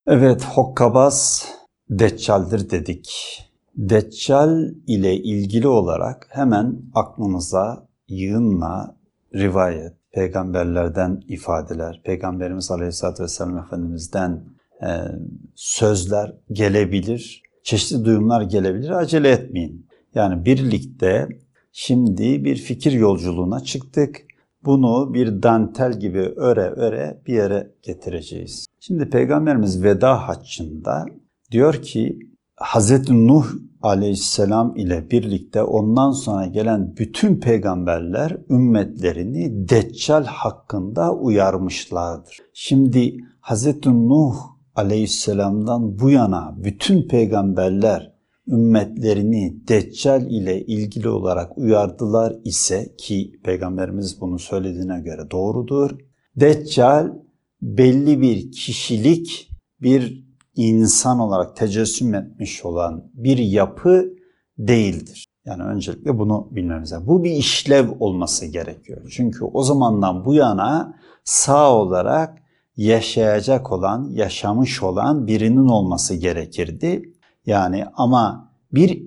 Evet, hokkabaz Deccal'dir dedik. Deccal ile ilgili olarak hemen aklımıza yığınla rivayet, peygamberlerden ifadeler, Peygamberimiz Aleyhisselatü Vesselam Efendimiz'den sözler gelebilir, çeşitli duyumlar gelebilir, acele etmeyin. Yani birlikte şimdi bir fikir yolculuğuna çıktık. Bunu bir dantel gibi öre öre bir yere getireceğiz. Şimdi Peygamberimiz veda haccında diyor ki Hz. Nuh aleyhisselam ile birlikte ondan sonra gelen bütün peygamberler ümmetlerini Deccal hakkında uyarmışlardır. Şimdi Hz. Nuh aleyhisselamdan bu yana bütün peygamberler ümmetlerini Deccal ile ilgili olarak uyardılar ise ki Peygamberimiz bunu söylediğine göre doğrudur. Deccal belli bir kişilik, bir insan olarak tecessüm etmiş olan bir yapı değildir. Yani öncelikle bunu bilmemiz lazım. Bu bir işlev olması gerekiyor. Çünkü o zamandan bu yana sağ olarak yaşayacak olan, yaşamış olan birinin olması gerekirdi. Yani ama bir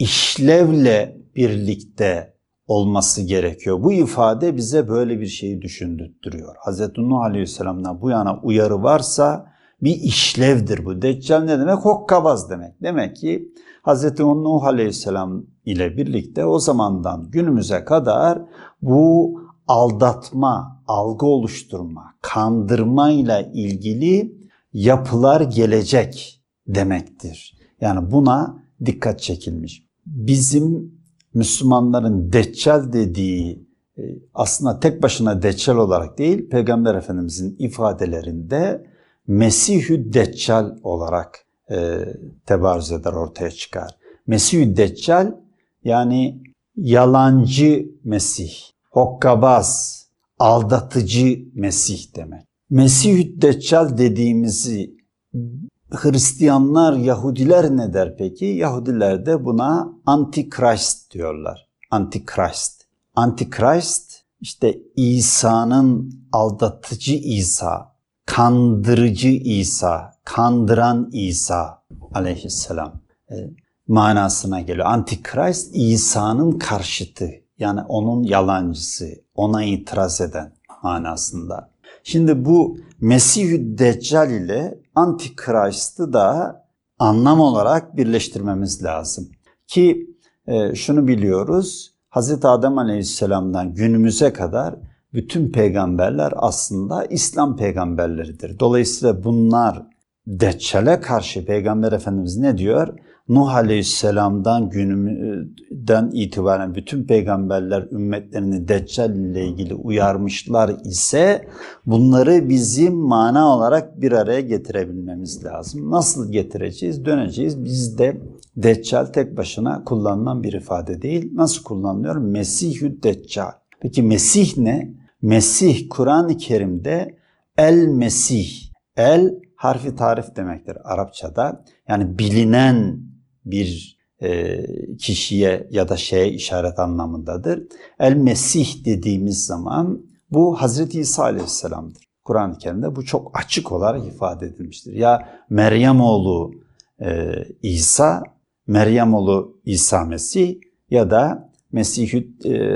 işlevle birlikte olması gerekiyor. Bu ifade bize böyle bir şeyi düşündürtüyor. Hz. Nuh Aleyhisselam'dan bu yana uyarı varsa bir işlevdir bu. Deccal ne demek? Hokkabaz demek. Demek ki Hz. Nuh Aleyhisselam ile birlikte o zamandan günümüze kadar bu aldatma, algı oluşturma, kandırmayla ilgili yapılar gelecek demektir. Yani buna dikkat çekilmiş. Bizim Müslümanların Deccal dediği aslında tek başına Deccal olarak değil, Peygamber Efendimizin ifadelerinde Mesihü Deccal olarak tebarüz eder, ortaya çıkar. Mesihü Deccal yani yalancı Mesih, hokkabaz, aldatıcı Mesih demek. Mesihü Deccal dediğimizi Hristiyanlar, Yahudiler ne der peki? Yahudiler de buna Antichrist diyorlar. Antichrist. Antichrist işte İsa'nın aldatıcı İsa, kandırıcı İsa, kandıran İsa aleyhisselam manasına geliyor. Antichrist İsa'nın karşıtı, yani onun yalancısı, ona itiraz eden manasında. Şimdi bu Mesihü Deccal ile Antichrist'ı da anlam olarak birleştirmemiz lazım. Ki şunu biliyoruz, Hz. Adem Aleyhisselam'dan günümüze kadar bütün peygamberler aslında İslam peygamberleridir. Dolayısıyla bunlar Deccal'e karşı Peygamber Efendimiz ne diyor? Nuh Aleyhisselam'dan günümüzden itibaren bütün peygamberler ümmetlerini Deccal ile ilgili uyarmışlar ise bunları bizim mana olarak bir araya getirebilmemiz lazım. Nasıl getireceğiz? Döneceğiz. Bizde Deccal tek başına kullanılan bir ifade değil. Nasıl kullanılıyor? Mesihü Deccal. Peki Mesih ne? Mesih Kur'an-ı Kerim'de El-Mesih. El harfi tarif demektir Arapçada. Yani bilinen bir kişiye ya da şeye işaret anlamındadır. El-Mesih dediğimiz zaman bu Hazreti İsa Aleyhisselam'dır. Kur'an-ı Kerim'de bu çok açık olarak ifade edilmiştir. Ya Meryem oğlu İsa, Meryem oğlu İsa Mesih ya da Mesihü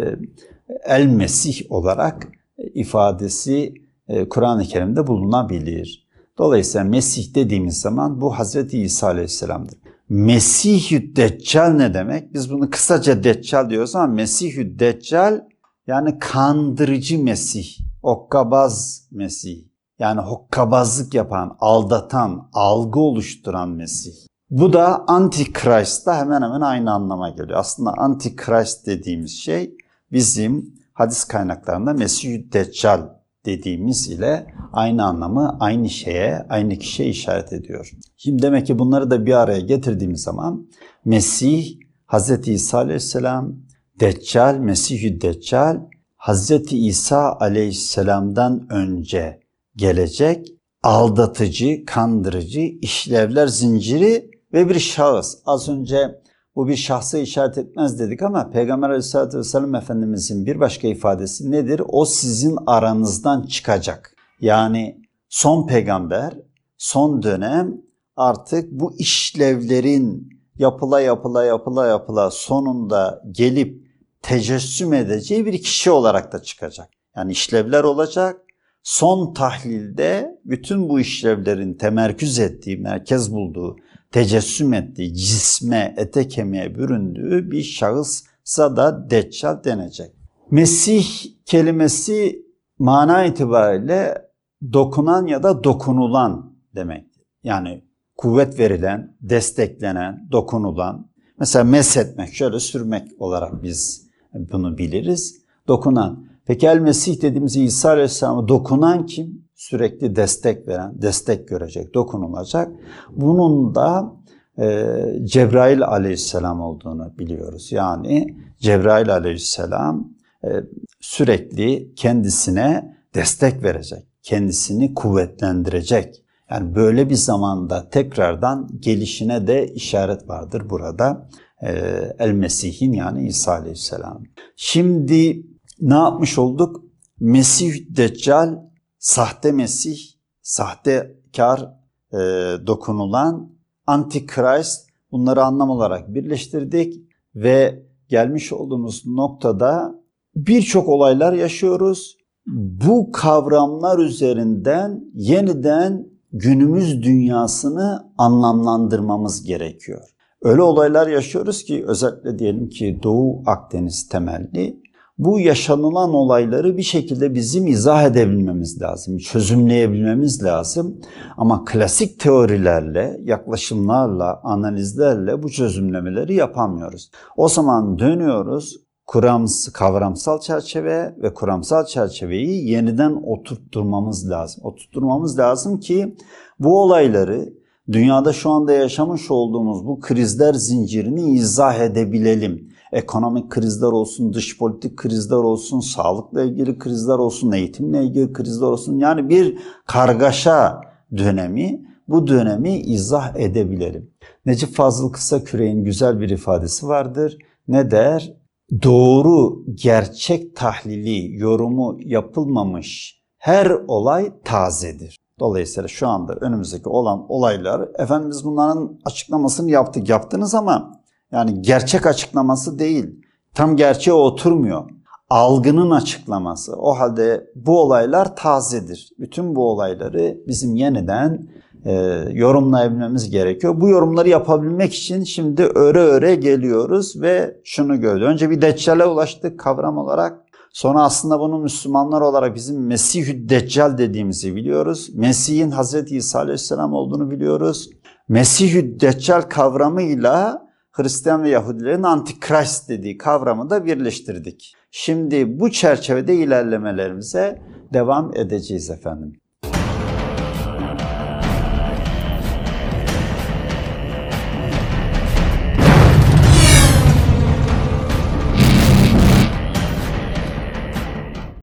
El-Mesih olarak ifadesi Kur'an-ı Kerim'de bulunabilir. Dolayısıyla Mesih dediğimiz zaman bu Hazreti İsa Aleyhisselam'dır. Mesihü Deccal ne demek? Biz bunu kısaca Deccal diyoruz ama Mesihü Deccal yani kandırıcı Mesih, hokkabaz Mesih. Yani hokkabazlık yapan, aldatan, algı oluşturan Mesih. Bu da Antichrist'la hemen hemen aynı anlama geliyor. Aslında Antichrist dediğimiz şey bizim hadis kaynaklarında Mesihü Deccal dediğimiz ile aynı anlamı, aynı şeye, aynı kişiye işaret ediyor. Şimdi demek ki bunları da bir araya getirdiğimiz zaman Mesih, Hz. İsa Aleyhisselam, Deccal, Mesihü Deccal, Hz. İsa Aleyhisselam'dan önce gelecek aldatıcı, kandırıcı işlevler zinciri ve bir şahıs. Az önce bu bir şahsa işaret etmez dedik ama Peygamber Aleyhisselatü Vesselam Efendimizin bir başka ifadesi nedir? O sizin aranızdan çıkacak. Yani son peygamber, son dönem artık bu işlevlerin yapıla sonunda gelip tecessüm edeceği bir kişi olarak da çıkacak. Yani işlevler olacak. Son tahlilde bütün bu işlevlerin temerküz ettiği, merkez bulduğu, tecessüm ettiği, cisme, ete kemiğe büründüğü bir şahısa da Deccal denecek. Mesih kelimesi mana itibariyle dokunan ya da dokunulan demektir. Yani kuvvet verilen, desteklenen, dokunulan. Mesela meshetmek, şöyle sürmek olarak biz bunu biliriz. Dokunan. Peki El-Mesih dediğimiz İsa Aleyhisselam'a dokunan kim? Sürekli destek veren, destek görecek, dokunulacak. Bunun da Cebrail Aleyhisselam olduğunu biliyoruz. Yani Cebrail Aleyhisselam sürekli kendisine destek verecek, kendisini kuvvetlendirecek. Yani böyle bir zamanda tekrardan gelişine de işaret vardır burada. El-Mesih'in yani İsa Aleyhisselam. Şimdi ne yapmış olduk? Mesih Deccal, sahte Mesih, sahtekar, dokunulan, Antikrist, bunları anlam olarak birleştirdik ve gelmiş olduğumuz noktada birçok olaylar yaşıyoruz. Bu kavramlar üzerinden yeniden günümüz dünyasını anlamlandırmamız gerekiyor. Öyle olaylar yaşıyoruz ki özellikle diyelim ki Doğu Akdeniz temelli bu yaşanılan olayları bir şekilde bizim izah edebilmemiz lazım, çözümleyebilmemiz lazım. Ama klasik teorilerle, yaklaşımlarla, analizlerle bu çözümlemeleri yapamıyoruz. O zaman dönüyoruz kavramsal çerçeve ve kuramsal çerçeveyi yeniden oturtturmamız lazım. Oturtturmamız lazım ki bu olayları dünyada şu anda yaşamış olduğumuz bu krizler zincirini izah edebilelim. Ekonomik krizler olsun, dış politik krizler olsun, sağlıkla ilgili krizler olsun, eğitimle ilgili krizler olsun. Yani bir kargaşa dönemi, bu dönemi izah edebilelim. Necip Fazıl Kısaküre'nin güzel bir ifadesi vardır. Ne der? Doğru, gerçek tahlili, yorumu yapılmamış her olay tazedir. Dolayısıyla şu anda önümüzdeki olan olaylar, Efendimiz bunların açıklamasını yaptık, yaptınız ama yani gerçek açıklaması değil, tam gerçeğe oturmuyor. Algının açıklaması. O halde bu olaylar tazedir. Bütün bu olayları bizim yeniden yorumlayabilmemiz gerekiyor. Bu yorumları yapabilmek için şimdi öre geliyoruz ve şunu gördük. Önce bir Deccal'e ulaştık kavram olarak. Sonra aslında bunu Müslümanlar olarak bizim Mesih-ü Deccal dediğimizi biliyoruz. Mesih'in Hazreti İsa Aleyhisselam olduğunu biliyoruz. Mesih-ü Deccal kavramıyla Hristiyan ve Yahudilerin Antikrist dediği kavramı da birleştirdik. Şimdi bu çerçevede ilerlemelerimize devam edeceğiz efendim.